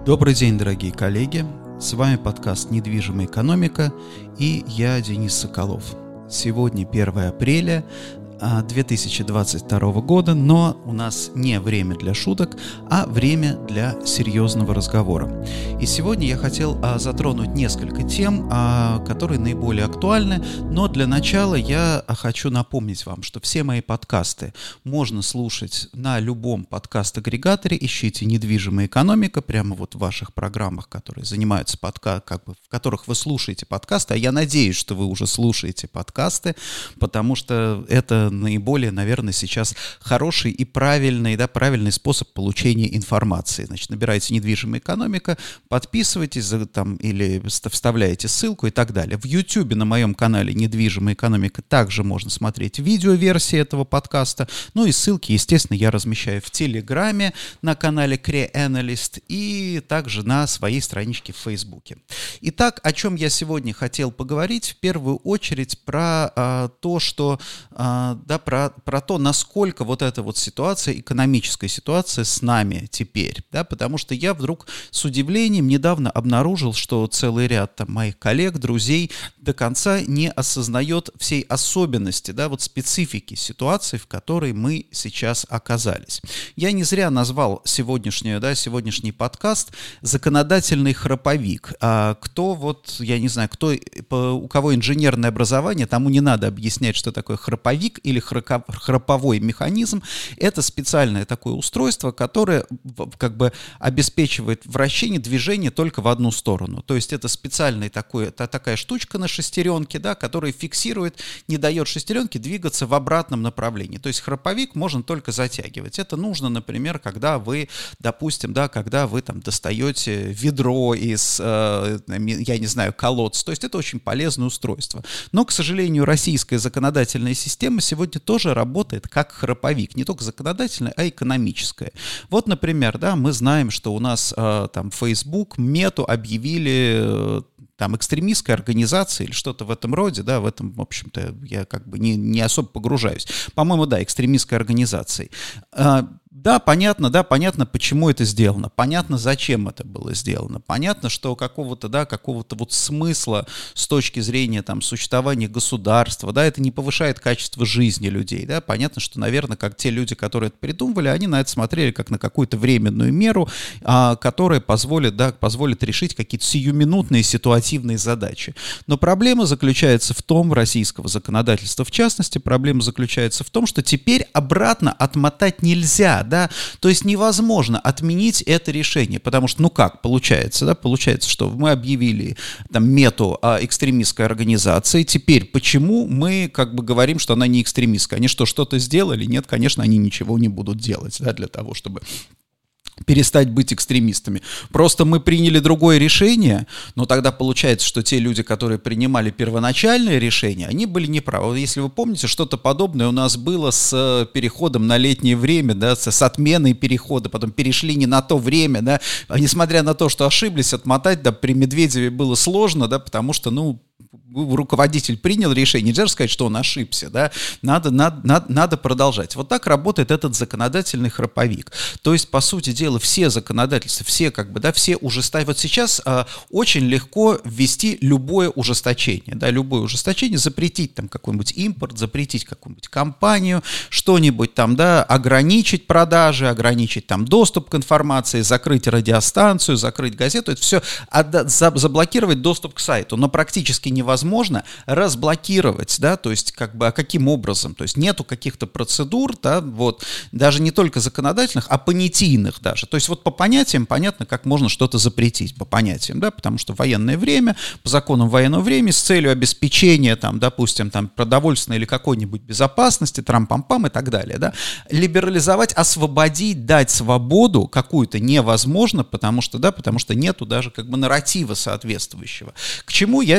Добрый день, дорогие коллеги. С вами подкаст «Недвижимая экономика» и я, Денис Соколов. Сегодня 1 апреля 2022 года, но у нас не время для шуток, а время для серьезного разговора. И сегодня я хотел затронуть несколько тем, которые наиболее актуальны, но для начала я хочу напомнить вам, что все мои подкасты можно слушать на любом подкаст-агрегаторе. Ищите «Недвижимая экономика» прямо вот в ваших программах, которые занимаются в которых вы слушаете подкасты, а я надеюсь, что вы уже слушаете подкасты, потому что это наиболее, наверное, сейчас хороший и правильный способ получения информации. Значит, набираете «Недвижимая экономика», подписывайтесь или вставляете ссылку и так далее. В YouTube на моем канале «Недвижимая экономика» также можно смотреть видеоверсии этого подкаста. Ну и ссылки, естественно, я размещаю в Телеграме на канале CreAnalyst и также на своей страничке в Фейсбуке. Итак, о чем я сегодня хотел поговорить? В первую очередь про то, насколько вот эта вот ситуация, экономическая ситуация с нами теперь, да, потому что я вдруг с удивлением недавно обнаружил, что целый ряд моих коллег, друзей до конца не осознает всей особенности, да, вот специфики ситуации, в которой мы сейчас оказались. Я не зря назвал сегодняшний подкаст «Законодательный храповик». У кого инженерное образование, тому не надо объяснять, что такое храповик или храповой механизм. Это специальное такое устройство, которое обеспечивает вращение движения только в одну сторону. То есть это специальная такая штучка на шестеренке, да, которая фиксирует, не дает шестеренке двигаться в обратном направлении. То есть храповик можно только затягивать. Это нужно, например, когда вы достаете ведро из, колодца. То есть это очень полезное устройство. Но, к сожалению, российская законодательная система сегодня тоже работает как храповик. Не только законодательная, а экономическая. Вот, например, да, мы знаем, что у нас Facebook, Мету объявили экстремистской организацией или что-то в этом роде, да, в этом, в общем-то, я не особо погружаюсь. По-моему, да, экстремистской организацией. Да, понятно, почему это сделано, понятно, зачем это было сделано, понятно, что какого-то вот смысла с точки зрения существования государства, да, это не повышает качество жизни людей, да, понятно, что, наверное, как те люди, которые это придумывали, они на это смотрели как на какую-то временную меру, которая позволит решить какие-то сиюминутные ситуативные задачи. Но проблема заключается в том, российского законодательства в частности, проблема заключается в том, что теперь обратно отмотать нельзя, да, то есть невозможно отменить это решение, потому что, получается, да, что мы объявили Мету экстремистской организацией, теперь почему мы говорим, что она не экстремистская? Они что-то сделали? Нет, конечно, они ничего не будут делать, да, для того, чтобы перестать быть экстремистами. Просто мы приняли другое решение, но тогда получается, что те люди, которые принимали первоначальное решение, они были неправы. Если вы помните, что-то подобное у нас было с переходом на летнее время, да, с отменой перехода, потом перешли не на то время, да, несмотря на то, что ошиблись, отмотать, да, при Медведеве было сложно, да, потому что, руководитель принял решение, нельзя же сказать, что он ошибся, да, надо продолжать. Вот так работает этот законодательный храповик. То есть, по сути дела, все законодательства, все ужесточения. Вот сейчас очень легко ввести любое ужесточение, да, запретить какой-нибудь импорт, запретить какую-нибудь компанию, что-нибудь ограничить продажи, ограничить доступ к информации, закрыть радиостанцию, закрыть газету, это все заблокировать доступ к сайту, но практически невозможно разблокировать, да, то есть каким образом, то есть нету каких-то процедур, да, вот, даже не только законодательных, а понятийных даже, то есть вот по понятиям понятно, как можно что-то запретить, по понятиям, да, потому что военное время, по законам военного времени с целью обеспечения, допустим, продовольственной или какой-нибудь безопасности, трам-пам-пам и так далее, да, либерализовать, освободить, дать свободу какую-то невозможно, потому что нету даже нарратива соответствующего. К чему я здесь веду?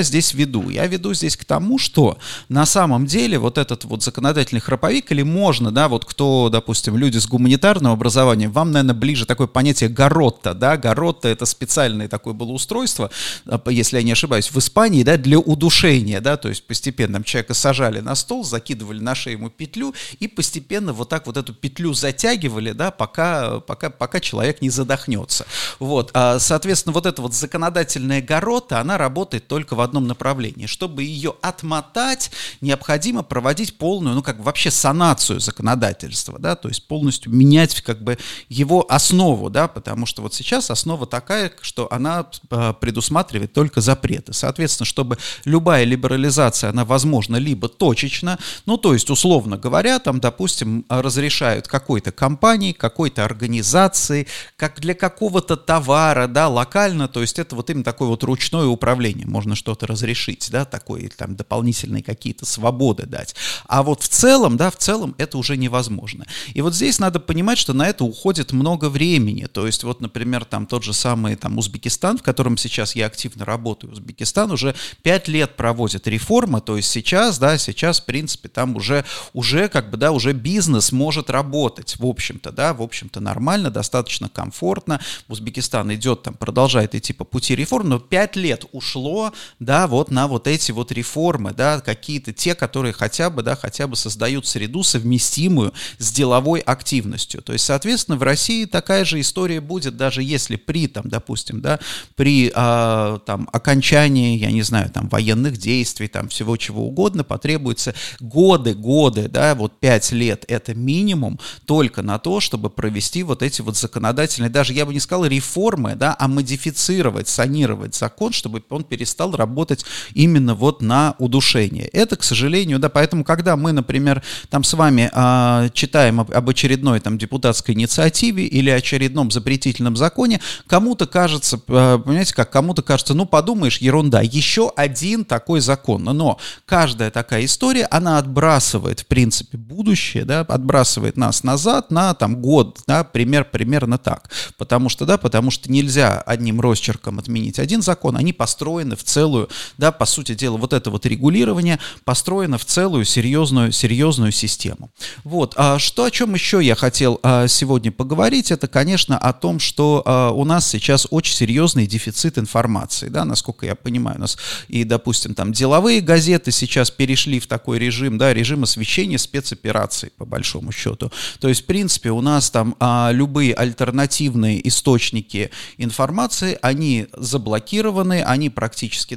веду? Я веду здесь к тому, что на самом деле вот этот вот законодательный храповик, или можно, да, вот кто, допустим, люди с гуманитарным образованием, вам, наверное, ближе такое понятие гаротта, да, гаротта — это специальное такое было устройство, если я не ошибаюсь, в Испании, да, для удушения, да, то есть постепенно там человека сажали на стол, закидывали на шею ему петлю и постепенно вот так вот эту петлю затягивали, да, пока человек не задохнется. Вот, соответственно, вот эта вот законодательная гаротта, она работает только в одном направлении. Чтобы ее отмотать, необходимо проводить полную, ну, как бы вообще санацию законодательства, да, то есть полностью менять, как бы, его основу, да, потому что вот сейчас основа такая, что она предусматривает только запреты. Соответственно, чтобы любая либерализация, она возможна либо точечно, ну, то есть, условно говоря, там, допустим, разрешают какой-то компании, какой-то организации, как для какого-то товара, да, локально, то есть это вот именно такое вот ручное управление, можно что-то разрешить, да, такое, там, дополнительные какие-то свободы дать. А вот в целом, да, в целом это уже невозможно. И вот здесь надо понимать, что на это уходит много времени, то есть вот, например, там тот же самый там Узбекистан, в котором сейчас я активно работаю, Узбекистан уже 5 лет проводит реформы, то есть сейчас, да, сейчас, в принципе, там уже как бы, да, уже бизнес может работать, в общем-то, да, в общем-то нормально, достаточно комфортно, Узбекистан идет там, продолжает идти по пути реформ, но 5 лет ушло, да, вот на вот эти вот реформы, да, какие-то те, которые хотя бы создают среду, совместимую с деловой активностью. То есть, соответственно, в России такая же история будет, даже если при, там, допустим, да, при там, окончании, я не знаю, там, военных действий, там, всего чего угодно, потребуется годы, да, вот 5 лет это минимум только на то, чтобы провести вот эти вот законодательные, даже я бы не сказал реформы, да, а модифицировать, санировать закон, чтобы он перестал работать именно вот на удушение. Это, к сожалению, да, поэтому, когда мы, например, там с вами читаем об очередной там депутатской инициативе или очередном запретительном законе, кому-то кажется, понимаете, как кому-то кажется, ну, подумаешь, ерунда, еще один такой закон, но каждая такая история, она отбрасывает, в принципе, будущее, да, отбрасывает нас назад на там год, да, примерно так, потому что нельзя одним росчерком отменить один закон, они построены в целую, да, по сути дела, вот это вот регулирование построено в целую серьезную систему. Вот, о чем еще я хотел сегодня поговорить, это, конечно, о том, что у нас сейчас очень серьезный дефицит информации, да, насколько я понимаю, у нас и, допустим, там деловые газеты сейчас перешли в такой режим, да, режим освещения спецопераций, по большому счету. То есть, в принципе, у нас там любые альтернативные источники информации, они заблокированы, они практически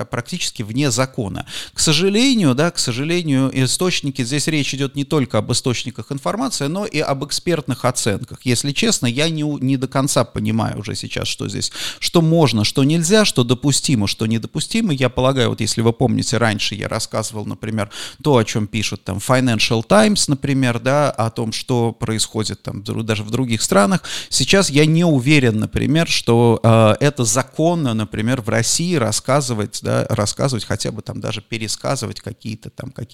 вне закона. К сожалению, источники, здесь речь идет не только об источниках информации, но и об экспертных оценках. Если честно, я не до конца понимаю уже сейчас, что здесь, что можно, что нельзя, что допустимо, что недопустимо. Я полагаю, вот если вы помните, раньше я рассказывал, например, то, о чем пишут там Financial Times, например, да, о том, что происходит там даже в других странах. Сейчас я не уверен, например, что это законно, например, в России рассказывать, хотя бы там даже пересказывать какие-то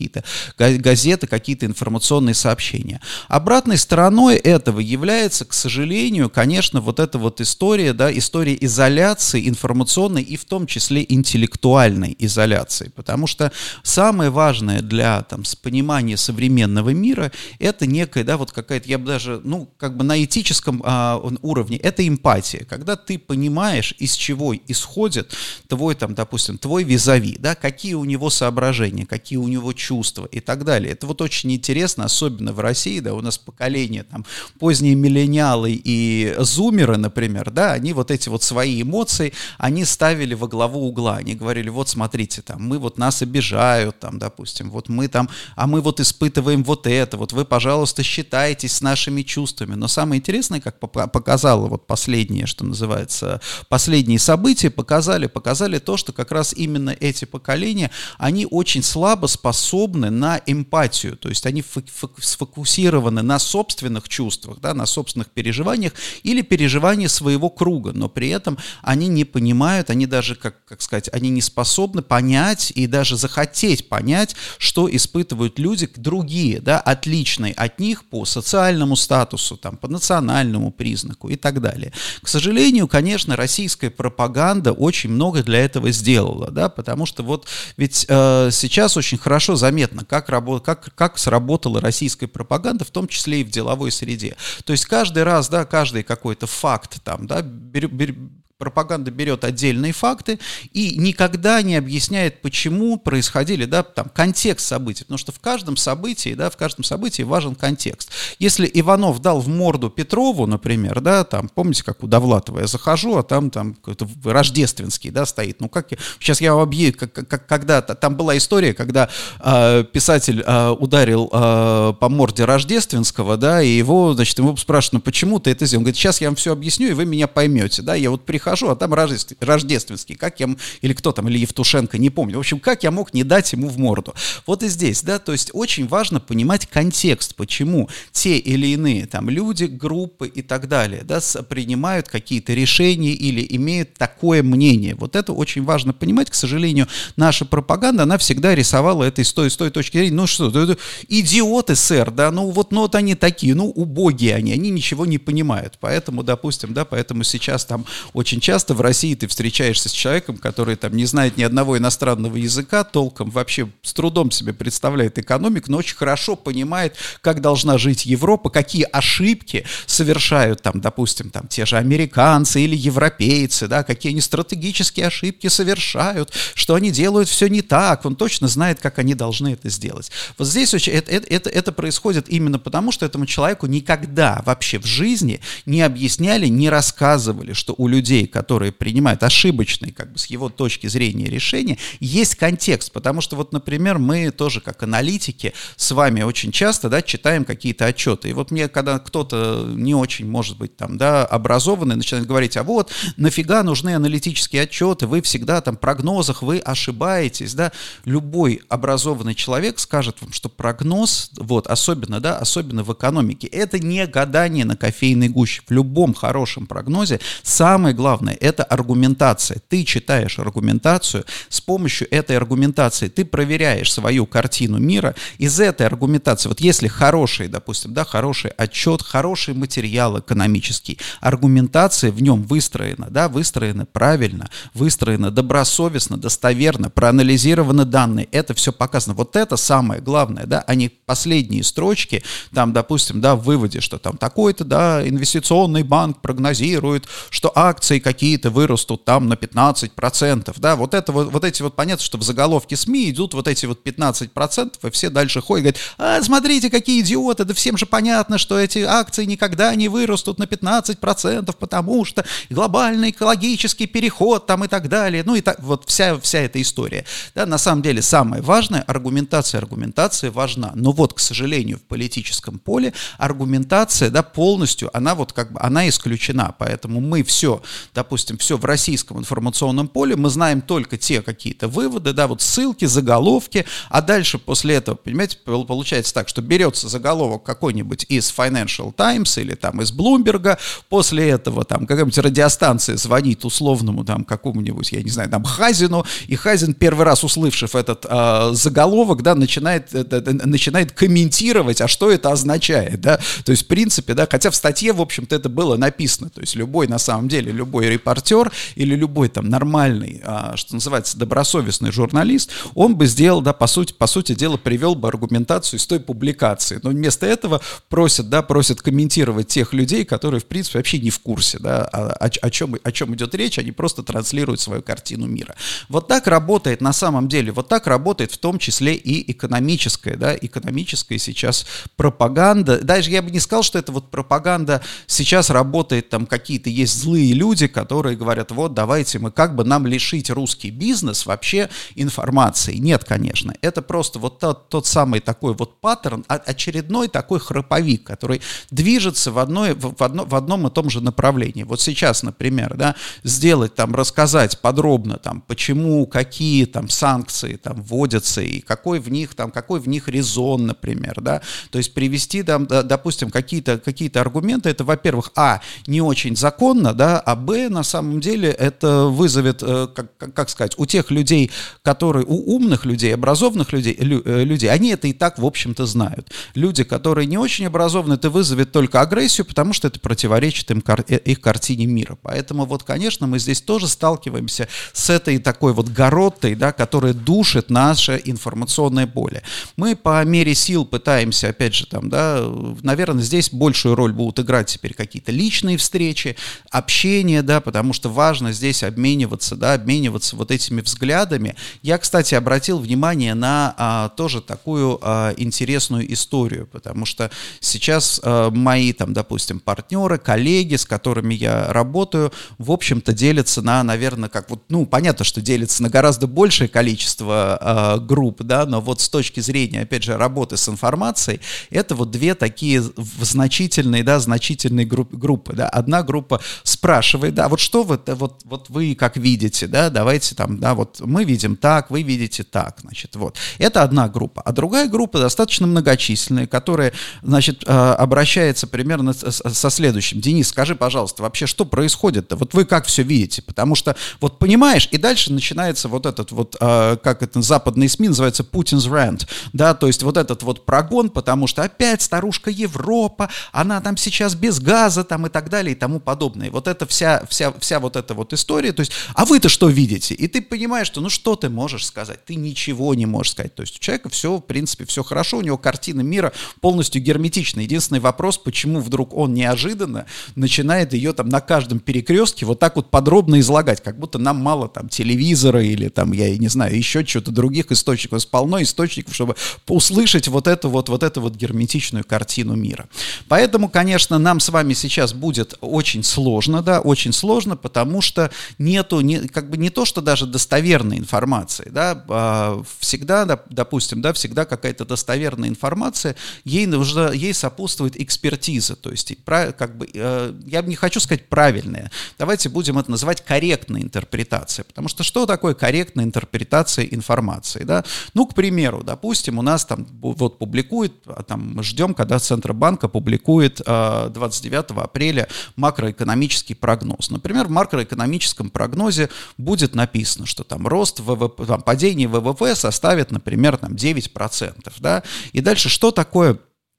газеты, какие-то информационные сообщения. Обратной стороной этого является, к сожалению, конечно, вот эта вот история, да, история изоляции информационной и в том числе интеллектуальной изоляции, потому что самое важное для там понимания современного мира это некая, да, вот какая-то, я бы даже, ну, как бы на этическом уровне, это эмпатия, когда ты понимаешь, из чего исходит твой, там, допустим, твой визави, да, какие у него соображения, какие у него чувства и так далее. Это вот очень интересно, особенно в России, да, у нас поколение, там, поздние миллениалы и зумеры, например, да, они вот эти вот свои эмоции, они ставили во главу угла, они говорили, вот смотрите, там, мы вот нас обижают, там, допустим, вот мы там, а мы вот испытываем вот это, вот вы, пожалуйста, считайтесь с нашими чувствами. Но самое интересное, как показало вот последнее, что называется, последние события, показали то, что как раз именно эти поколения, они очень слабо способны на эмпатию, то есть они сфокусированы на собственных чувствах, да, на собственных переживаниях или переживаниях своего круга, но при этом они не понимают, они даже, как сказать, они не способны понять и даже захотеть понять, что испытывают люди другие, да, отличные от них по социальному статусу, там, по национальному признаку и так далее. К сожалению, конечно, российская пропаганда очень много для этого сделала. было, да, потому что вот ведь сейчас очень хорошо заметно, как сработала российская пропаганда, в том числе и в деловой среде. То есть каждый раз, да, каждый какой-то факт там, да, пропаганда берет отдельные факты и никогда не объясняет, почему происходили, да, там, контекст событий, потому что в каждом событии важен контекст. Если Иванов дал в морду Петрову, например, да, там, помните, как у Довлатова я захожу, а там какой-то Рождественский, да, стоит, ну, сейчас я вам объясню, когда-то, там была история, когда писатель ударил по морде Рождественского, да, и его спрашивают, ну, почему ты это сделал? Он говорит, сейчас я вам все объясню, и вы меня поймете, да, я вот прихожу, а там Рождественский, или кто там, или Евтушенко, не помню. В общем, как я мог не дать ему в морду? Вот и здесь, да, то есть очень важно понимать контекст, почему те или иные там люди, группы и так далее, да, принимают какие-то решения или имеют такое мнение. Вот это очень важно понимать. К сожалению, наша пропаганда, она всегда рисовала это с той точки зрения, ну что, это идиоты, сэр, да, ну вот они такие, ну убогие они ничего не понимают. Поэтому, допустим, да, поэтому сейчас там очень часто в России ты встречаешься с человеком, который там не знает ни одного иностранного языка, толком вообще с трудом себе представляет экономику, но очень хорошо понимает, как должна жить Европа, какие ошибки совершают там, допустим, там те же американцы или европейцы, да, какие они стратегические ошибки совершают, что они делают все не так, он точно знает, как они должны это сделать. Вот здесь это происходит именно потому, что этому человеку никогда вообще в жизни не объясняли, не рассказывали, что у людей, которые принимают ошибочные, как бы с его точки зрения, решения, есть контекст, потому что вот, например, мы тоже как аналитики с вами очень часто, да, читаем какие-то отчеты, и вот мне, когда кто-то не очень, может быть, там, да, образованный, начинает говорить, а вот, нафига нужны аналитические отчеты, вы всегда там в прогнозах, вы ошибаетесь, да, любой образованный человек скажет вам, что прогноз, вот, особенно в экономике, это не гадание на кофейной гуще, в любом хорошем прогнозе самое главное — это аргументация. Ты читаешь аргументацию, с помощью этой аргументации ты проверяешь свою картину мира, из этой аргументации, вот если хороший, допустим, да, хороший отчет, хороший материал экономический, аргументация в нем выстроена, да, выстроена правильно, выстроена добросовестно, достоверно, проанализированы данные, это все показано. Вот это самое главное, да, а не последние строчки, там, допустим, да, в выводе, что там такой-то, да, инвестиционный банк прогнозирует, что акции какие-то вырастут там на 15%, да, вот эти вот, понятно, что в заголовке СМИ идут вот эти вот 15%, и все дальше ходят, говорят, смотрите, какие идиоты, да всем же понятно, что эти акции никогда не вырастут на 15%, потому что глобальный экологический переход там и так далее, ну и так, вот вся эта история, да, на самом деле самое важное, аргументация важна, но вот, к сожалению, в политическом поле аргументация, да, полностью, она вот как бы, она исключена, поэтому мы все, допустим, все в российском информационном поле, мы знаем только те какие-то выводы, да, вот ссылки, заголовки, а дальше после этого, понимаете, получается так, что берется заголовок какой-нибудь из Financial Times или там из Bloomberg, после этого там какая-нибудь радиостанция звонит условному там какому-нибудь, я не знаю, там Хазину, и Хазин, первый раз услышав этот заголовок, да, начинает комментировать, а что это означает, да, то есть в принципе, да, хотя в статье, в общем-то, это было написано, то есть любой, на самом деле, любой репортер или любой там нормальный, что называется, добросовестный журналист, он бы сделал, да, по сути дела, привел бы аргументацию из той публикации, но вместо этого просят комментировать тех людей, которые, в принципе, вообще не в курсе, да, о чем идет речь, они просто транслируют свою картину мира. Вот так работает на самом деле, вот так работает в том числе и экономическая, да, экономическая сейчас пропаганда. Даже я бы не сказал, что это вот пропаганда сейчас работает, там какие-то есть злые люди, которые говорят, вот давайте мы как бы нам лишить русский бизнес вообще информации. Нет, конечно, это просто вот тот самый такой вот паттерн, очередной такой храповик, который движется в одном и том же направлении. Вот сейчас, например, да, рассказать подробно, там, почему, какие там санкции там вводятся и какой в них резон, например, да, то есть привести там, допустим, какие-то аргументы, это, во-первых, не очень законно, да, а на самом деле это вызовет, как сказать, у тех людей, у умных людей, образованных людей, они это и так, в общем-то, знают. Люди, которые не очень образованы, это вызовет только агрессию, потому что это противоречит их картине мира. Поэтому вот, конечно, мы здесь тоже сталкиваемся с этой такой вот гороттой, да, которая душит наше информационное поле. Мы по мере сил пытаемся, опять же, там, да, наверное, здесь большую роль будут играть теперь какие-то личные встречи, общение, да, потому что важно здесь обмениваться вот этими взглядами. Я, кстати, обратил внимание на тоже такую интересную историю, потому что сейчас мои, там, допустим, партнеры, коллеги, с которыми я работаю, в общем-то, делятся на, наверное, как вот, ну, понятно, что делятся на гораздо большее количество групп, да, но вот с точки зрения, опять же, работы с информацией, это вот две такие значительные группы, да. Одна группа спрашивает, да, вот что вот вы как видите, да, давайте там, да, вот мы видим так, вы видите так, значит, вот. Это одна группа. А другая группа достаточно многочисленная, которая, значит, обращается примерно со следующим: Денис, скажи, пожалуйста, вообще что происходит-то? Вот вы как все видите? Потому что, вот понимаешь, и дальше начинается вот этот вот, как это западные СМИ называется, Putin's rant, да, то есть вот этот вот прогон, потому что опять старушка Европа, она там сейчас без газа там и так далее и тому подобное. Вот это вся вот эта вот история, то есть, а вы-то что видите? И ты понимаешь, что, ну что ты можешь сказать? Ты ничего не можешь сказать. То есть у человека все, в принципе, все хорошо, у него картина мира полностью герметична. Единственный вопрос, почему вдруг он неожиданно начинает ее там на каждом перекрестке вот так вот подробно излагать, как будто нам мало там телевизора или там, я не знаю, еще чего-то других источников, полно источников, чтобы услышать вот эту вот герметичную картину мира. Поэтому, конечно, нам с вами сейчас будет очень сложно, да, очень сложно, потому что нету, как бы не то, что даже достоверной информации, да, всегда, допустим, да, всегда какая-то достоверная информация, ей сопутствует экспертиза, то есть, как бы, я не хочу сказать правильная, давайте будем это называть корректной интерпретацией, потому что что такое корректная интерпретация информации, да? Ну, к примеру, допустим, у нас там вот публикует, там мы ждем, когда Центробанк опубликует 29 апреля макроэкономический прогноз. Например, в макроэкономическом прогнозе будет написано, что там рост ВВП, там, падение ВВП составит, например, там 9%, да? И дальше что такое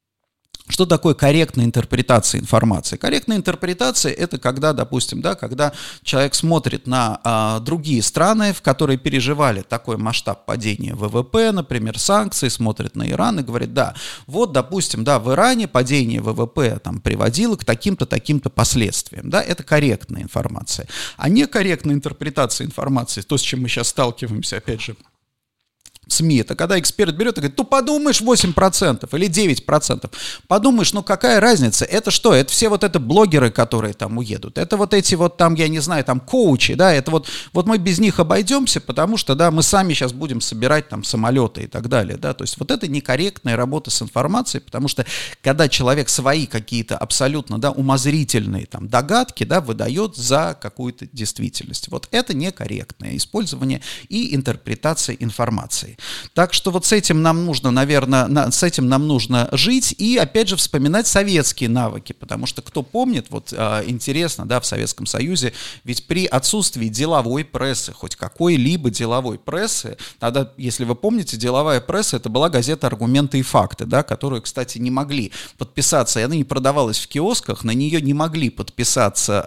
корректная интерпретация информации? Корректная интерпретация — это когда, допустим, да, когда человек смотрит на другие страны, в которые переживали такой масштаб падения ВВП, например, санкции, смотрит на Иран и говорит, да, вот, допустим, да, в Иране падение ВВП там приводило к таким-то последствиям, да, это корректная информация. А некорректная интерпретация информации, то, с чем мы сейчас сталкиваемся, опять же, СМИ, это когда эксперт берет и говорит, ну подумаешь 8% или 9%, подумаешь, ну какая разница, это что, это все вот это блогеры, которые там уедут, это вот эти вот там, я не знаю, там коучи, да, это вот мы без них обойдемся, потому что, да, мы сами сейчас будем собирать там самолеты и так далее, да, то есть вот это некорректная работа с информацией, потому что когда человек свои какие-то абсолютно, да, умозрительные там догадки, да, выдает за какую-то действительность, вот это некорректное использование и интерпретация информации. Так что вот с этим нам нужно, наверное, жить и, опять же, вспоминать советские навыки, потому что, кто помнит, вот интересно, да, в Советском Союзе, ведь при отсутствии деловой прессы, хоть какой-либо деловой прессы, тогда, если вы помните, деловая пресса — это была газета «Аргументы и факты», да, которую, кстати, не могли подписаться, и она не продавалась в киосках, на нее не могли подписаться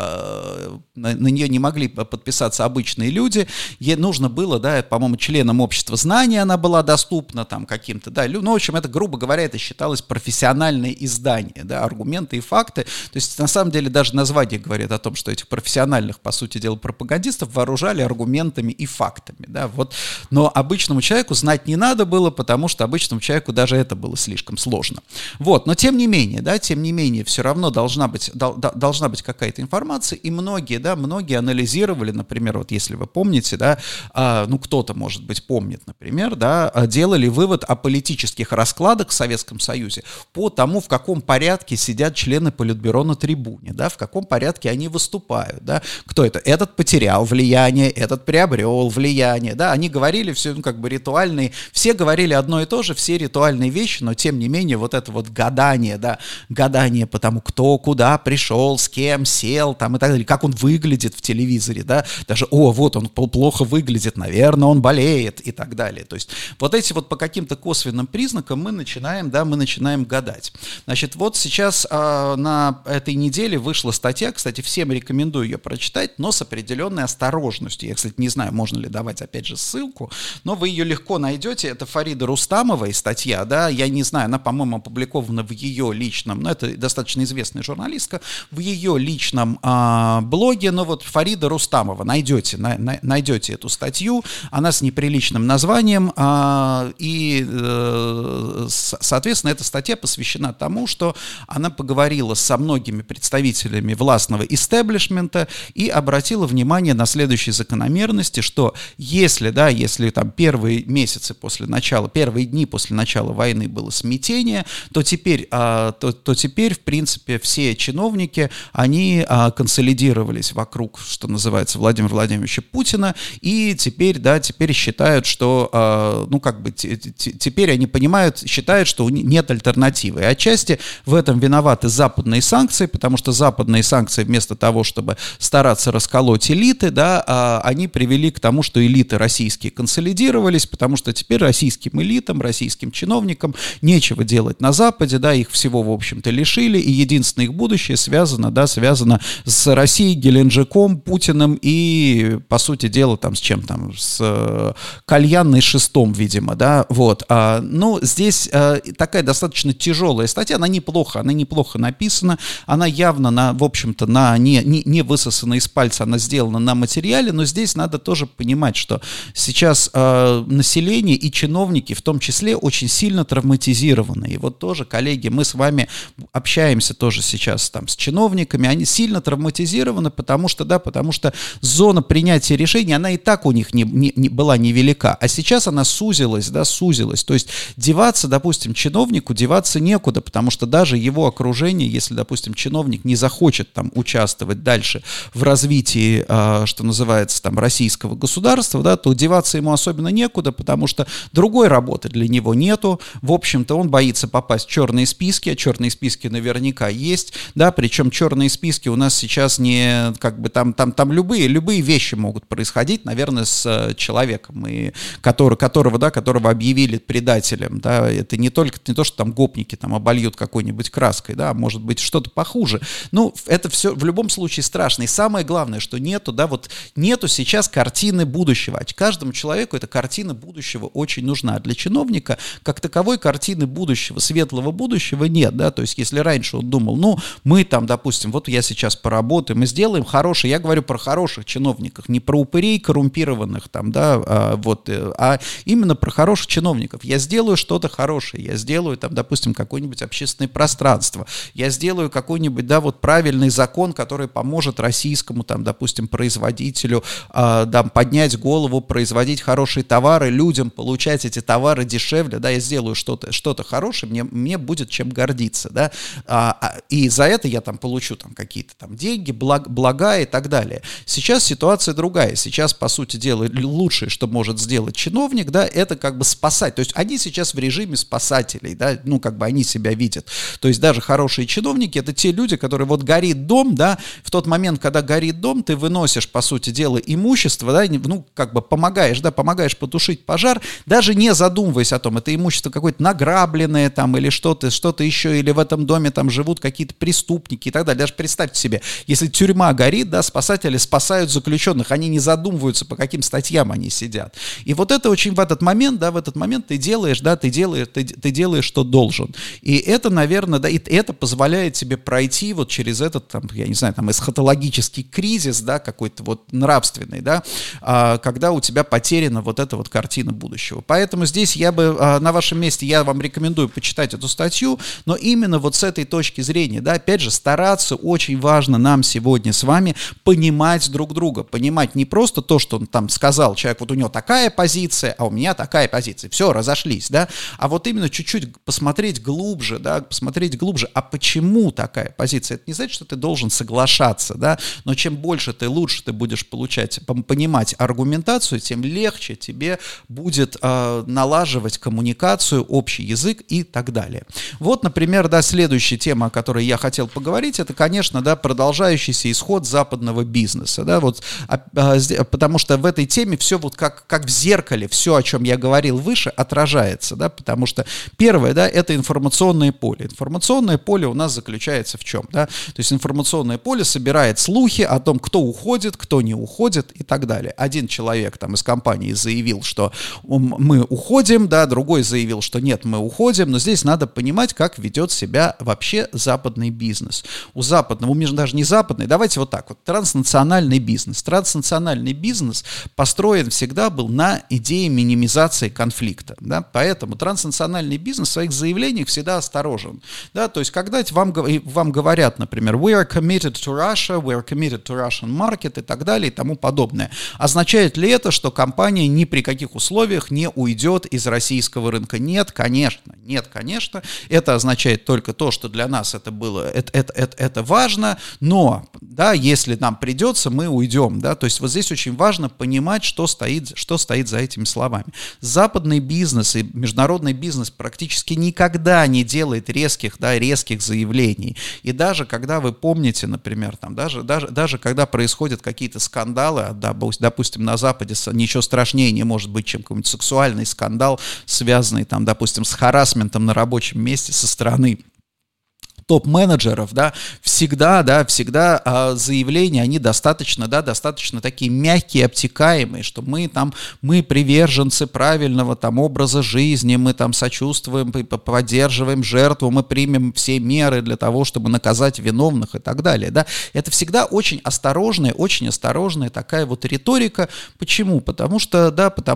обычные люди, ей нужно было, да, по-моему, членам общества знаний она была доступна там каким-то, да, ну, в общем, это, грубо говоря, это считалось профессиональное издание, да, аргументы и факты, то есть, на самом деле, даже название говорит о том, что этих профессиональных, по сути дела, пропагандистов вооружали аргументами и фактами, да, вот, но обычному человеку знать не надо было, потому что обычному человеку даже это было слишком сложно, вот, но тем не менее, все равно должна быть какая-то информация, и многие анализировали, например, вот если вы помните, да, ну, кто-то, может быть, помнит, лет, например, да, делали вывод о политических раскладах в Советском Союзе по тому, в каком порядке сидят члены Политбюро на трибуне, да, в каком порядке они выступают, да, кто это? Этот потерял влияние, этот приобрел влияние, да, они говорили все, ну, как бы ритуальные, все говорили одно и то же, все ритуальные вещи, но тем не менее вот это вот гадание, да, гадание по тому, кто куда пришел, с кем сел, там и так далее, как он выглядит в телевизоре, да, даже, вот он плохо выглядит, наверное, он болеет и так далее. То есть вот эти вот по каким-то косвенным признакам мы начинаем гадать. Значит, вот сейчас на этой неделе вышла статья, кстати, всем рекомендую ее прочитать, но с определенной осторожностью. Я, кстати, не знаю, можно ли давать, опять же, ссылку, но вы ее легко найдете. Это Фарида Рустамовой статья, да, я не знаю, она, по-моему, опубликована в ее личном, но это достаточно известная журналистка, в ее личном блоге, но вот Фарида Рустамова, найдете эту статью, она с неприличным названием, и, соответственно, эта статья посвящена тому, что она поговорила со многими представителями властного истеблишмента и обратила внимание на следующие закономерности, что если там первые месяцы после начала, первые дни после начала войны было смятение, то теперь, в принципе, все чиновники, они консолидировались вокруг, что называется, Владимира Владимировича Путина, и теперь считают, что, теперь они считают, что нет альтернативы. И отчасти в этом виноваты западные санкции, потому что западные санкции вместо того, чтобы стараться расколоть элиты, да, они привели к тому, что элиты российские консолидировались, потому что теперь российским элитам, российским чиновникам нечего делать на Западе, да, их всего, в общем-то, лишили, и единственное их будущее связано с Россией, Геленджиком, Путиным и, по сути дела, там, с чем там, с кальянной шестом, видимо, да, вот. Но здесь такая достаточно тяжелая статья, она неплохо написана, она явно, в общем-то, не высосана из пальца, она сделана на материале, но здесь надо тоже понимать, что сейчас население и чиновники, в том числе, очень сильно травматизированы. И вот тоже, коллеги, мы с вами общаемся тоже сейчас там с чиновниками, они сильно травматизированы, потому что зона принятия решений, она и так у них была невелика, а сейчас она сузилась. То есть допустим, чиновнику деваться некуда, потому что даже его окружение, если, допустим, чиновник не захочет там участвовать дальше в развитии, что называется, там, российского государства, да, то деваться ему особенно некуда, потому что другой работы для него нету. В общем-то, он боится попасть в черные списки, а черные списки наверняка есть, да, причем черные списки у нас сейчас не, как бы, там любые вещи могут происходить, наверное, с человеком, которого объявили предателем, да, это не то, что там гопники там обольют какой-нибудь краской, да, может быть, что-то похуже. Ну, это все в любом случае страшно. И самое главное, что нету сейчас картины будущего. А каждому человеку эта картина будущего очень нужна. А для чиновника, как таковой картины будущего, светлого будущего нет, да, то есть если раньше он думал, мы там, допустим, вот я сейчас поработаю, мы сделаем хороший, я говорю про хороших чиновников, не про упырей коррумпированных там, да, а именно про хороших чиновников. Я сделаю что-то хорошее, я сделаю там, допустим, какое-нибудь общественное пространство, я сделаю какой-нибудь, да, вот правильный закон, который поможет российскому там, допустим, производителю поднять голову, производить хорошие товары, людям получать эти товары дешевле, да, я сделаю что-то хорошее, мне будет чем гордиться, да, и за это я там получу там какие-то там деньги, блага и так далее. Сейчас ситуация другая, сейчас, по сути дела, лучшее, что может сделать чиновник, да, это как бы спасать, то есть они сейчас в режиме спасателей, да, как бы они себя видят, то есть даже хорошие чиновники — это те люди, которые вот горит дом, да, в тот момент, когда горит дом, ты выносишь, по сути дела, имущество, да, как бы помогаешь потушить пожар, даже не задумываясь о том, это имущество какое-то награбленное там или что-то еще, или в этом доме там живут какие-то преступники и так далее. Даже представьте себе, если тюрьма горит, да, спасатели спасают заключенных, они не задумываются, по каким статьям они сидят. И вот это очень в этот момент ты делаешь, что должен. И это, наверное, да, и это позволяет тебе пройти вот через этот, там, я не знаю, там, эсхатологический кризис, да, какой-то вот нравственный, да, когда у тебя потеряна вот эта вот картина будущего. Поэтому здесь я бы, на вашем месте, я вам рекомендую почитать эту статью, но именно вот с этой точки зрения, да, опять же, стараться, очень важно нам сегодня с вами понимать друг друга, понимать не просто то, что он там сказал, человек, вот у него такая позиция, позиция, а у меня такая позиция. Все, разошлись, да. А вот именно чуть-чуть посмотреть глубже, да, а почему такая позиция? Это не значит, что ты должен соглашаться, да, но чем больше лучше ты будешь понимать аргументацию, тем легче тебе будет налаживать коммуникацию, общий язык и так далее. Вот, например, да, следующая тема, о которой я хотел поговорить, это, конечно, да, продолжающийся исход западного бизнеса, да, вот, потому что в этой теме все вот как в зеркале, все, о чем я говорил выше, отражается, да, потому что первое, да, это информационное поле. Информационное поле у нас заключается в чем, да, то есть информационное поле собирает слухи о том, кто уходит, кто не уходит и так далее. Один человек там из компании заявил, что мы уходим, да, другой заявил, что нет, мы уходим, но здесь надо понимать, как ведет себя вообще западный бизнес. У западного, даже не западный, давайте вот так вот, транснациональный бизнес. Транснациональный бизнес построен всегда был на идее минимизации конфликта, да, поэтому транснациональный бизнес в своих заявлениях всегда осторожен, да, то есть когда вам говорят, например, we are committed to Russia, we are committed to Russian market и так далее и тому подобное, означает ли это, что компания ни при каких условиях не уйдет из российского рынка? Нет, конечно, это означает только то, что для нас это было, это важно, но, да, если нам придется, мы уйдем, да, то есть вот здесь очень важно понимать, что стоит за этими словами. Западный бизнес и международный бизнес практически никогда не делает резких заявлений, и даже когда вы помните, например, там, даже когда происходят какие-то скандалы, допустим, на Западе ничего страшнее не может быть, чем какой-нибудь сексуальный скандал, связанный, там, допустим, с харассментом на рабочем месте со стороны топ-менеджеров, да, всегда заявления, они достаточно такие мягкие, обтекаемые, что мы приверженцы правильного там образа жизни, мы там сочувствуем, поддерживаем жертву, мы примем все меры для того, чтобы наказать виновных и так далее, да. Это всегда очень осторожная такая вот риторика. Почему? Потому что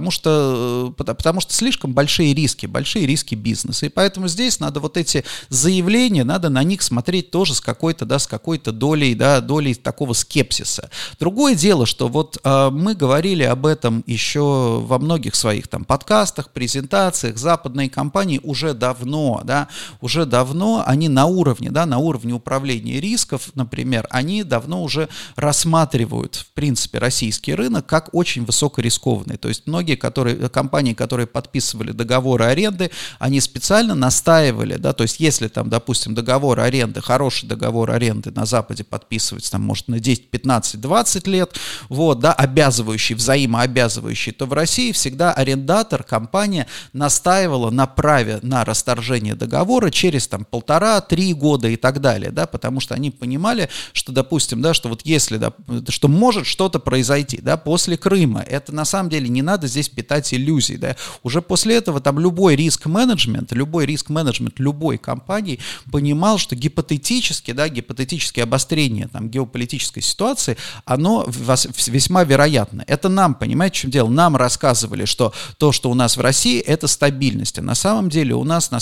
слишком большие риски бизнеса, и поэтому здесь надо вот эти заявления, надо на них смотреть тоже с какой-то долей такого скепсиса. Другое дело, что вот мы говорили об этом еще во многих своих там подкастах, презентациях. Западные компании уже давно они на уровне управления рисков, например, они давно уже рассматривают, в принципе, российский рынок как очень высокорискованный. То есть многие компании, которые подписывали договоры аренды, они специально настаивали, да, то есть если там, допустим, хороший договор аренды на Западе подписывается, там, может, на 10, 15, 20 лет, вот, да, взаимообязывающий, то в России всегда арендатор, компания настаивала на праве на расторжение договора через, там, 1,5-3 года и так далее, да, потому что они понимали, что, допустим, да, что вот если, да, что может что-то произойти, да, после Крыма, это на самом деле не надо здесь питать иллюзий, да, уже после этого там любой риск-менеджмент любой компании понимал, что гипотетическое обострение там, геополитической ситуации, оно весьма вероятно. Это нам, понимаете, в чем дело? Нам рассказывали, что то, что у нас в России, это стабильность. А на самом деле у нас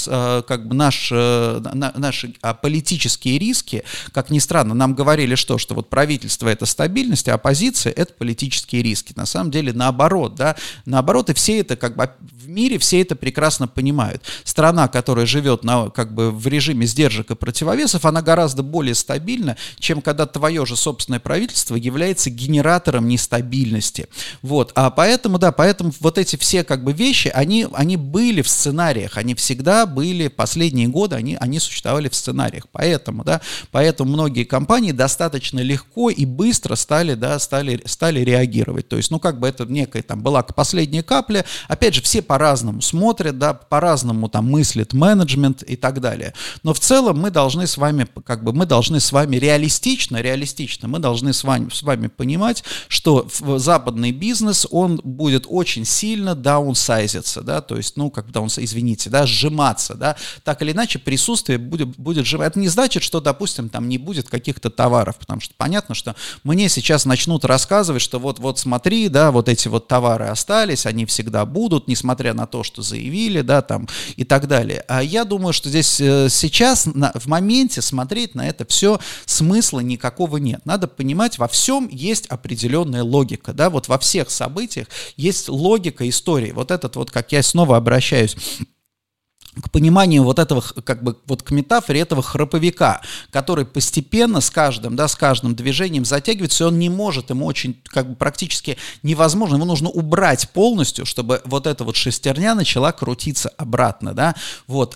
наши политические риски, как ни странно, нам говорили, что вот правительство — это стабильность, а оппозиция — это политические риски. На самом деле наоборот, да, и все это в мире все это прекрасно понимают. Страна, которая живет в режиме сдержек и противовесов, она гораздо более стабильна, чем когда твое же собственное правительство является генератором нестабильности. Вот. А поэтому вот эти все вещи, они были в сценариях, они всегда были, последние годы они существовали в сценариях. Поэтому многие компании достаточно легко и быстро стали реагировать. То есть, это некая была последняя капля. Опять же, все по-разному смотрят, да, по-разному мыслит менеджмент и так далее. Но в целом мы должны с вами реалистично, мы должны с вами понимать, что западный бизнес, он будет очень сильно даунсайзиться, да, то есть, сжиматься, да, так или иначе присутствие будет сжиматься. Это не значит, что, допустим, там не будет каких-то товаров, потому что понятно, что мне сейчас начнут рассказывать, что вот смотри, да, вот эти вот товары остались, они всегда будут, несмотря на то, что заявили, да, там, и так далее. А я думаю, что здесь сейчас В моменте смотреть на это все смысла никакого нет. Надо понимать, во всем есть определенная логика, да, вот во всех событиях есть логика истории. Вот этот вот, как я снова обращаюсь к пониманию вот этого, как бы, вот к метафоре этого храповика, который постепенно с каждым движением затягивается, и он не может, ему очень, как бы, практически невозможно, ему нужно убрать полностью, чтобы вот эта вот шестерня начала крутиться обратно, да, вот,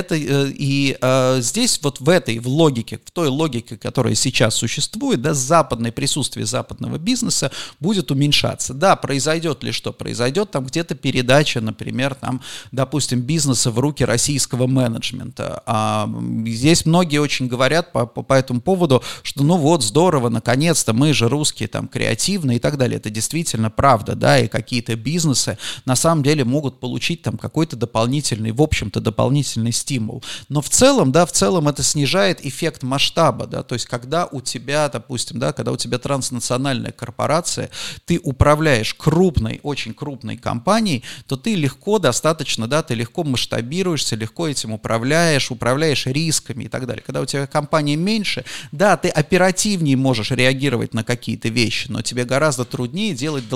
здесь вот в логике, в той логике, которая сейчас существует, да, присутствие западного бизнеса будет уменьшаться, да, произойдет ли что? Произойдет там где-то передача, например, там, допустим, бизнеса в руки российского менеджмента. Здесь многие очень говорят по этому поводу, что ну вот, здорово, наконец-то, мы же русские, там, креативные и так далее. Это действительно правда, да, и какие-то бизнесы на самом деле могут получить там какой-то дополнительный, в общем-то, дополнительный стимул. Но в целом это снижает эффект масштаба, да, то есть когда у тебя, допустим, да, когда у тебя транснациональная корпорация, ты управляешь крупной, очень крупной компанией, то ты легко достаточно, да, ты легко масштабируешься, легко этим управляешь рисками и так далее. Когда у тебя компания меньше, да, ты оперативнее можешь реагировать на какие-то вещи, но тебе гораздо труднее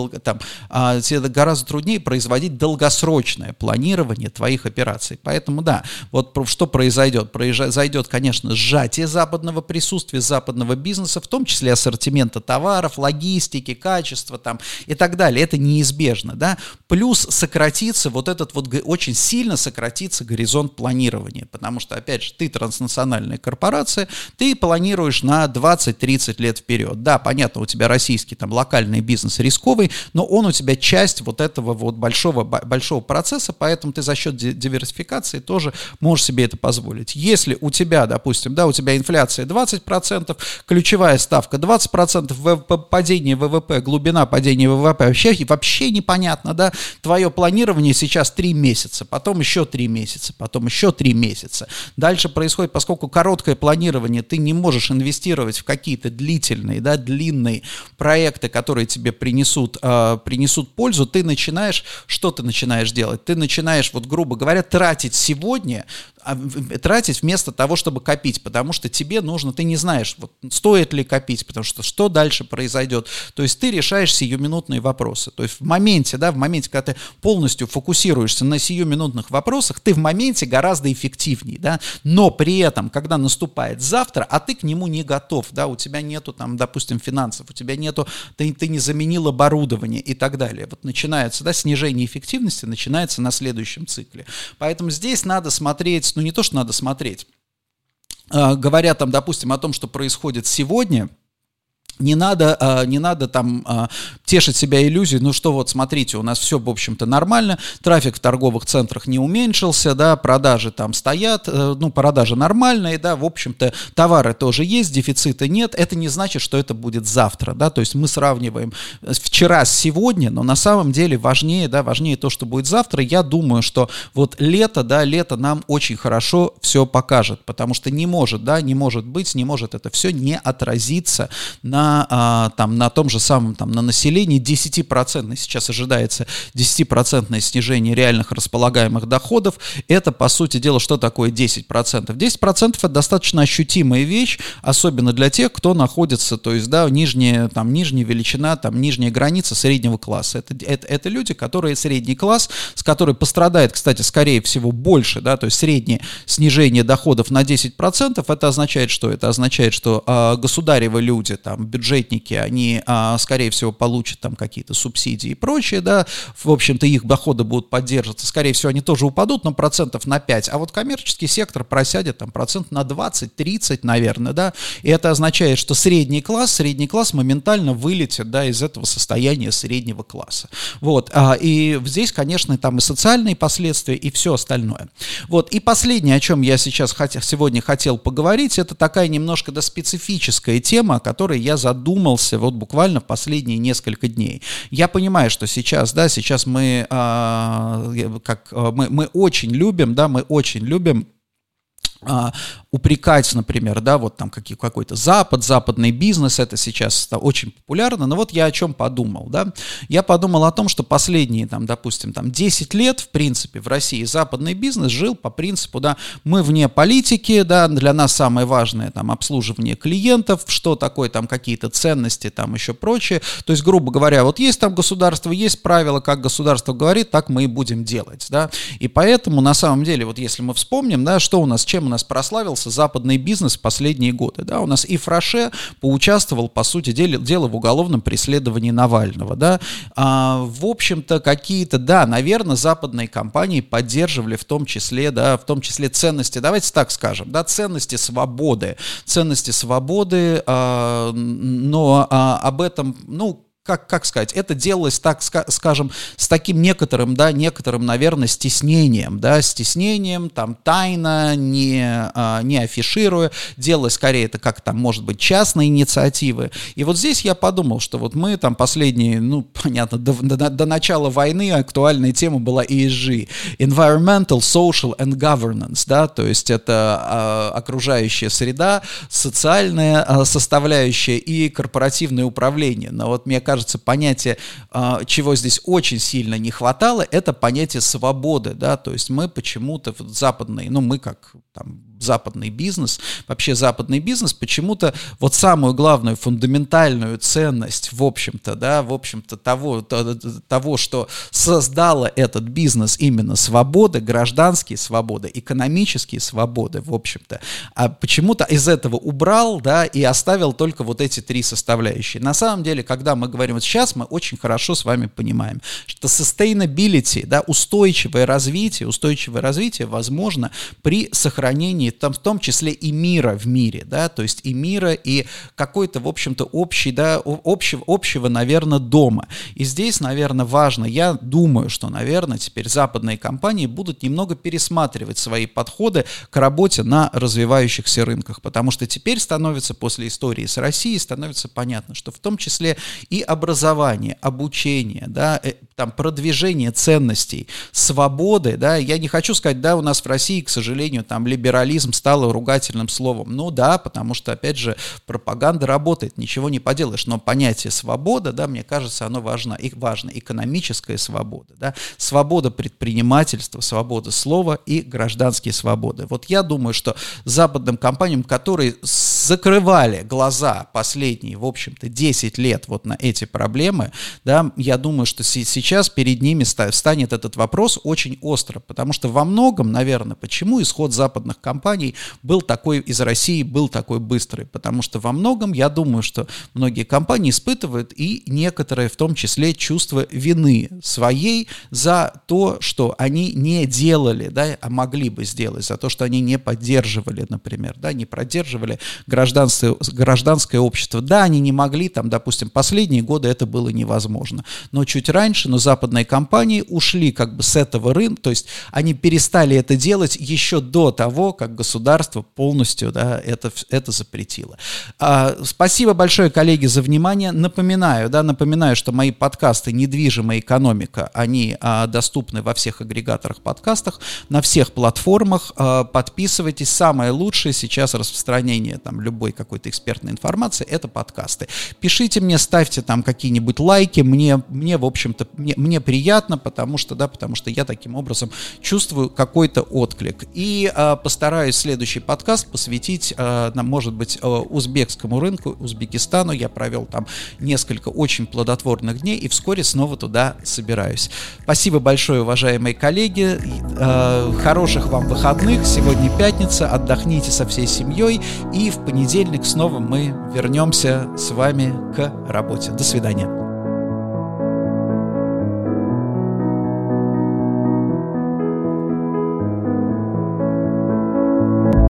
тебе гораздо труднее производить долгосрочное планирование твоих операций. Поэтому, да, вот что произойдет? Произойдет, конечно, сжатие западного присутствия, западного бизнеса, в том числе ассортимента товаров, логистики, качества там и так далее. Это неизбежно, да. Плюс сократится вот этот вот, очень сильно сократится горизонт планирования, потому что, опять же, ты транснациональная корпорация, ты планируешь на 20-30 лет вперед. Да, понятно, у тебя российский там локальный бизнес рисковый, но он у тебя часть вот этого вот большого процесса, поэтому ты за счет диверсификации тоже можешь себе это позволить. Если у тебя, допустим, да, у тебя инфляция 20%, ключевая ставка 20%, падение ВВП, глубина падения ВВП вообще непонятно, да, твое планирование сейчас 3 месяца, потом еще 3 месяца, потом еще 3 месяца. Дальше происходит, поскольку короткое планирование, ты не можешь инвестировать в какие-то длительные, да, длинные проекты, которые тебе принесут пользу, что ты начинаешь делать? Ты начинаешь, вот грубо говоря, тратить сегодня, тратить вместо того, чтобы копить, потому что тебе нужно, ты не знаешь, вот, стоит ли копить, потому что дальше произойдет. То есть ты решаешь сиюминутные вопросы. То есть в моменте, когда ты полностью фокусируешься на сиюминутных вопросах, ты в моменте гораздо эффективнее, да, но при этом, когда наступает завтра, а ты к нему не готов, да, у тебя нету там, допустим, финансов, у тебя нету, ты не заменил оборудование и так далее. Вот начинается, да, снижение эффективности начинается на следующем цикле. Поэтому здесь надо смотреть, ну не то, что надо смотреть, говоря там, допустим, о том, что происходит сегодня, не надо там тешить себя иллюзией, ну что вот, смотрите, у нас все, в общем-то, нормально, трафик в торговых центрах не уменьшился, да, продажи там стоят, продажи нормальные, да, в общем-то, товары тоже есть, дефицита нет, это не значит, что это будет завтра, да, то есть мы сравниваем вчера с сегодня, но на самом деле важнее то, что будет завтра. Я думаю, что вот лето нам очень хорошо все покажет, потому что не может это все не отразиться на том же самом, на населении. 10% сейчас ожидается 10% снижение реальных располагаемых доходов. Это, по сути дела, что такое 10%? 10% это достаточно ощутимая вещь, особенно для тех, кто находится, то есть, да, нижняя величина, нижняя граница среднего класса. Это люди, которые средний класс, с которой пострадает, кстати, скорее всего, больше, да, то есть среднее снижение доходов на 10%, это означает что? Это означает, что государевы люди, бюджетники, они, скорее всего, получат там какие-то субсидии и прочее, да, в общем-то, их доходы будут поддерживаться, скорее всего, они тоже упадут, но процентов на 5, а вот коммерческий сектор просядет там процент на 20-30, наверное, да, и это означает, что средний класс моментально вылетит, да, из этого состояния среднего класса, вот, и здесь, конечно, там и социальные последствия, и все остальное, вот, и последнее, о чем я сегодня хотел поговорить, это такая немножко, да, специфическая тема, о которой я задумался вот буквально в последние несколько дней. Я понимаю, что сейчас мы очень любим упрекать, например, да, вот там какой-то западный бизнес, это сейчас очень популярно, но вот я о чем подумал, да, я подумал о том, что последние, там, допустим, 10 лет, в принципе, в России западный бизнес жил по принципу, да, мы вне политики, да, для нас самое важное, там, обслуживание клиентов, что такое, там, какие-то ценности, там, еще прочее, то есть, грубо говоря, вот есть там государство, есть правила, как государство говорит, так мы и будем делать, да, и поэтому, на самом деле, вот если мы вспомним, да, что у нас, чем у нас прославился западный бизнес в последние годы. Да? У нас Ив Роше поучаствовал, по сути дела, в уголовном преследовании Навального. Да? В общем-то, какие-то, да, наверное, западные компании поддерживали в том числе ценности, давайте так скажем, да, ценности свободы, но об этом, ну, как сказать, это делалось, так скажем, с таким некоторым, наверное, стеснением, там, тайно, не афишируя, делалось скорее это как там, может быть, частные инициативы. И вот здесь я подумал, что вот мы там последние, ну, понятно, до начала войны актуальная тема была ESG, Environmental, Social and Governance, да, то есть это окружающая среда, социальная составляющая и корпоративное управление. Но вот мне кажется, понятие, чего здесь очень сильно не хватало, это понятие свободы, да, то есть мы почему-то западный, ну, мы как там западный бизнес, вообще западный бизнес почему-то вот самую главную фундаментальную ценность, в общем-то, того, что создало этот бизнес, именно свободы, гражданские свободы, экономические свободы, в общем-то, а почему-то из этого убрал, да, и оставил только вот эти три составляющие. На самом деле, когда мы говорим, вот сейчас мы очень хорошо с вами понимаем, что sustainability, да, устойчивое развитие возможно при сохранении там, в том числе и мира в мире, да, то есть и мира, и какой-то, в общем-то, общего, наверное, дома. И здесь, наверное, важно, я думаю, что, наверное, теперь западные компании будут немного пересматривать свои подходы к работе на развивающихся рынках, потому что теперь становится, после истории с Россией, становится понятно, что в том числе и образование, обучение, да, там, продвижение ценностей, свободы, да, я не хочу сказать, да, у нас в России, к сожалению, там, либерализм стало ругательным словом. Ну да, потому что, опять же, пропаганда работает, ничего не поделаешь, но понятие свобода, да, мне кажется, оно важно, экономическая свобода, да, свобода предпринимательства, свобода слова и гражданские свободы. Вот я думаю, что западным компаниям, которые закрывали глаза последние, в общем-то, 10 лет вот на эти проблемы, да, я думаю, что сейчас перед ними станет этот вопрос очень остро, потому что во многом, наверное, почему исход западных компаний был такой из России, был такой быстрый, потому что во многом, я думаю, что многие компании испытывают и некоторые, в том числе, чувство вины своей за то, что они не делали, да, а могли бы сделать, за то, что они не поддерживали, например, да, не поддерживали гражданское общество. Да, они не могли, там, допустим, последние годы это было невозможно, но чуть раньше, но западные компании ушли как бы с этого рынка, то есть они перестали это делать еще до того, как государство полностью, да, это запретило. Спасибо большое, коллеги, за внимание. Напоминаю, что мои подкасты «Недвижимая экономика», они доступны во всех агрегаторах подкастов, на всех платформах. Подписывайтесь. Самое лучшее сейчас распространение там любой какой-то экспертной информации — это подкасты. Пишите мне, ставьте там какие-нибудь лайки. Мне в общем-то, мне приятно, потому что я таким образом чувствую какой-то отклик. И постараюсь следующий подкаст посвятить, может быть, узбекскому рынку, Узбекистану. Я провел там несколько очень плодотворных дней и вскоре снова туда собираюсь. Спасибо большое, уважаемые коллеги. Хороших вам выходных. Сегодня пятница. Отдохните со всей семьей. И в понедельник снова мы вернемся с вами к работе. До свидания.